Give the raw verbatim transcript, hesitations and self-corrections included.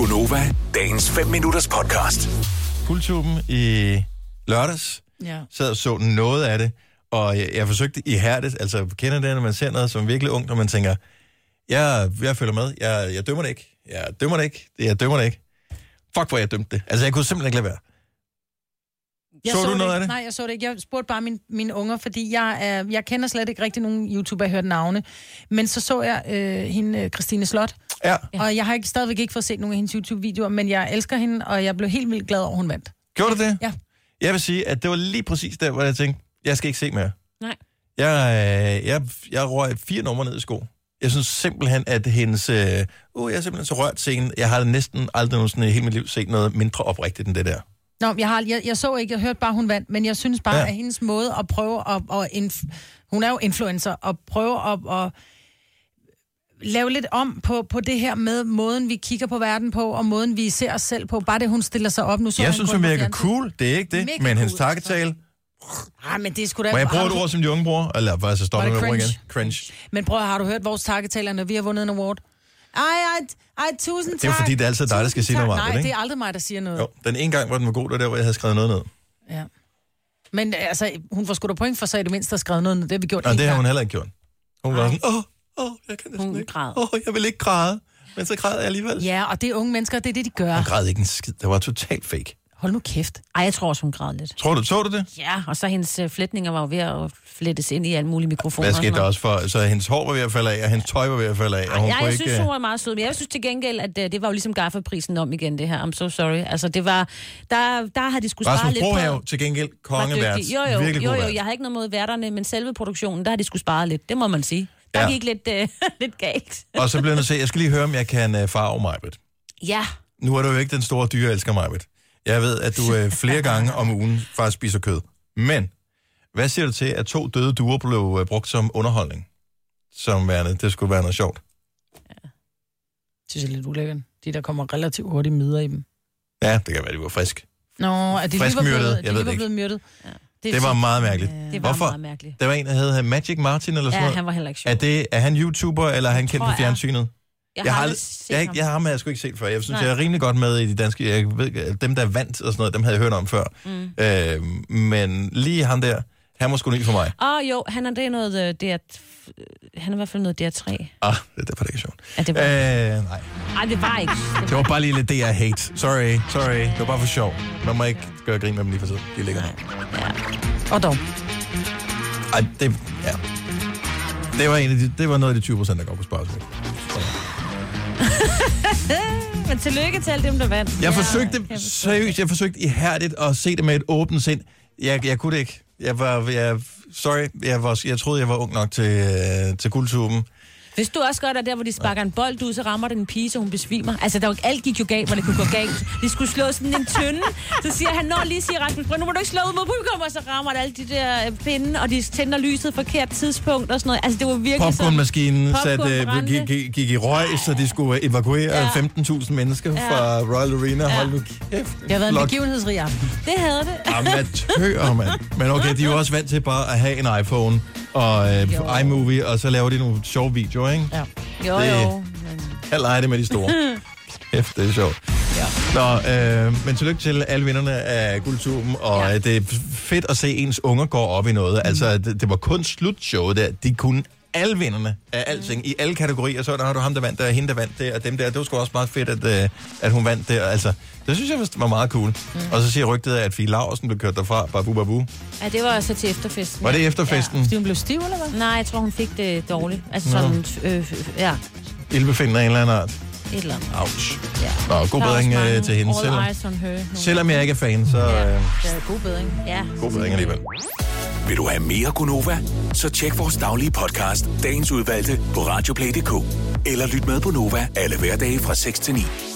Gunova, dagens fem minutters podcast. Guldtuben i lørdags. Ja. Sad og så noget af det, og jeg, jeg forsøgte ihærdigt, altså kender det, når man ser noget som virkelig ungt, og man tænker, jeg, jeg følger med, jeg, jeg dømmer det ikke, jeg dømmer det ikke, jeg dømmer det ikke. Fuck, hvor jeg dømte det. Altså, jeg kunne simpelthen ikke lade være. Jeg så, så du det noget ikke. af det? Nej, jeg så det ikke. Jeg spurgte bare min, mine unger, fordi jeg, er, jeg kender slet ikke rigtig nogen YouTuber, jeg har hørt navne. Men så så jeg øh, hende, Christine Slot. Ja. Og jeg har ikke, stadigvæk ikke fået set nogen af hendes YouTube-videoer, men jeg elsker hende, og jeg blev helt vildt glad over, at hun vandt. Gjorde du det? Ja. Jeg vil sige, at det var lige præcis der, hvor jeg tænkte, jeg skal ikke se mere. Nej. Jeg, øh, jeg, jeg røg fire numre ned i sko. Jeg synes simpelthen, at hendes... Øh, uh, jeg er simpelthen så rørt scene. Jeg har næsten aldrig nogensinde i hele mit liv set noget mindre oprigtigt end det der. Nå, jeg, har, jeg, jeg så ikke, jeg hørte bare, hun vandt, men jeg synes bare, Ja. at hendes måde at prøve at... at inf- hun er jo influencer, og prøve at, at lave lidt om på, på det her med måden, vi kigger på verden på, og måden, vi ser os selv på. Bare det, hun stiller sig op nu. Så Jeg hun synes, kun hun på virker fjernsyn. cool. Det er ikke det. Mega Men hendes cool, takketale... Ah, men det er sgu da... Må jeg bruge Har et du- ord, som de unge bruger? Eller hvad, så stopper Var jeg det med at bruge cringe? igen. Cringe. Men prøv at, har du hørt vores takketaler, når vi har vundet en award? Ej, ej, ej, tusind tak. Det er jo fordi, det er altid dig, der skal Tusind sige noget tak. meget, Nej, ikke? det er aldrig mig, der siger noget. Jo, den ene gang, hvor den var god, det var der, hvor jeg havde skrevet noget ned. Ja. Men altså, hun får sgu da point for sig i det mindste at skrevet noget ned. Det har vi gjort Og en det har gang. hun heller ikke gjort. Hun var sådan, åh, åh, jeg kan næsten Hun ikke. græd. Åh, jeg vil ikke græde. Men så græd jeg alligevel. Ja, og det er unge mennesker, det er det, de gør. Hun græd ikke en skid. Det var totalt fake. Hold nu kæft. Ej, jeg tror også, hun græd lidt. Tror du, så du det? Ja, og så hendes øh, flætninger var jo ved at flettes ind i alle mulige mikrofoner. Hvad og skete sådan der noget. også for? Så hendes hår var ved at falde af, og hendes tøj var ved at falde af. Og hun Ja, kunne jeg ikke... synes, hun var meget sød, men jeg synes til gengæld, at uh, det var jo ligesom Gaffa-prisen om igen, det her. I'm so sorry. Altså, det var... Der, der har de skulle spare Rasmus lidt Brohave på... til gengæld var kongevært. dygtig. Jo, jo, Virkelig jo, god jo, vært. jeg har ikke noget mod værterne, men selve produktionen, der har de skulle spare lidt. Det må man sige. Der Ja. gik lidt, uh, lidt galt. Og så bliver jeg nødt til, jeg skal lige høre, om jeg kan uh, farve Majbet. Ja. Nu er du jo ikke den store dyreelsker, Majbet. Jeg ved, at du uh, flere gange om ugen faktisk spiser kød. Men hvad siger du til, at to døde duer blev uh, brugt som underholdning? Som værende, det skulle være noget sjovt. Det synes jeg er lidt ulækkert. De der kommer relativt hurtigt midler i dem. Ja, det kan være, de var frisk. Nå, er de lige var Friskmyrdet, blevet, jeg de ved lige det var ikke. blevet myrdet. Ja. Det var meget mærkeligt. Det var Hvorfor? meget mærkeligt. Der var en, der hed Magic Martin eller sådan Ja, noget. han var heller ikke sjov. Er, det, er han YouTuber, eller er han kendt tror på jeg. fjernsynet? Jeg, Jeg har, aldrig aldrig, set jeg, ham. jeg har ham, jeg sgu ikke set før. Jeg synes, Nej. jeg er rimelig godt med i de danske... Jeg ved, dem, der vandt og sådan noget, dem havde jeg hørt om før. Mm. Øh, men lige ham der, han var sgu ny for mig. Åh, oh, jo, han er det er noget... øh, det er, han er i hvert fald noget D R tre. Ah, det er derfor, det ikke er sjovt. Ja, det var... Øh, nej, Ej, det var ikke. Det det var bare lige lidt D R-hate. Sorry, sorry. Det var bare for sjov. Man må ikke gøre grin med dem lige for tid. De ligger der. Ja. Og dog. Ej, det... Ja. Det var, en af de, det var noget af de tyve procent, der går på sparesmæk. Men tillykke til alle dem, der vandt. Jeg Ja, forsøgte, kæmpe seriøst, jeg forsøgte ihærdigt at se det med et åbent sind. Jeg, jeg kunne det ikke. Jeg var, jeg, sorry, jeg, var, jeg troede, jeg var ung nok til, øh, til guldtuben. Hvis du også gør det der, hvor de sparker en bold ud, så rammer den en pige, så hun besvimer. Altså, der var, alt gik jo galt, hvor det kunne gå galt. De skulle slå sådan en tynde. Så siger han, når lige siger Rasmus Brønd, nu må du ikke slå ud mod publikum, og så rammer det alle de der øh, pinde, og de tænder lyset forkert tidspunkt og sådan noget. Altså, det var virkelig sådan... Popcornmaskinen sat, Popcorn øh, brændte. gik, gik, gik i røg, så de skulle evakuere Ja. femten tusind mennesker Ja. fra Royal Arena. Ja. Hold nu kæft. Det har været en Flot. begivenhedsrig aften. Det havde det. Amatører, mand. Men okay, de er jo også vant til bare at have en iPhone og øh, Jo. iMovie, og så laver de nogle sjove videoer, ikke? Ja. Jo, Det- jo. Men... Jeg leger det med de store. Kæft, det er sjovt. Ja. Nå, øh, men tillykke til alle vinderne af Guldtuben, og Ja. ja. det er fedt at se, ens unger går op i noget. Mm. Altså, det, det var kun slutshowet der. De kunne alle vinderne af alting, mm. i alle kategorier. Så der har du ham, der vandt der, hende, der vandt der, og dem der. Det var sgu også meget fedt, at, øh, at hun vandt der. Altså, det synes jeg var meget cool. Mm. Og så siger rygtet, at Fie Laursen blev kørt derfra. Babu, babu. Ja, det var så til efterfesten. Var det efterfesten? Fordi hun blev stiv, eller hvad? Nej, jeg tror, hun fik det dårligt. Altså sådan, øh, øh, ja, Ildbefinder af en eller anden art. et eller andet. Ouch. Ja. Nå, god Der er bedring også mange øh, til hende. all Selvom, eyes on her nu. selvom jeg ikke er fan, så Ja. øh, Ja, god bedring. Ja. god bedring alligevel. Vil du have mere Gunova? Så tjek vores daglige podcast, dagens udvalgte, på radioplay punktum d k. Eller lyt med på Nova alle hverdage fra seks til ni.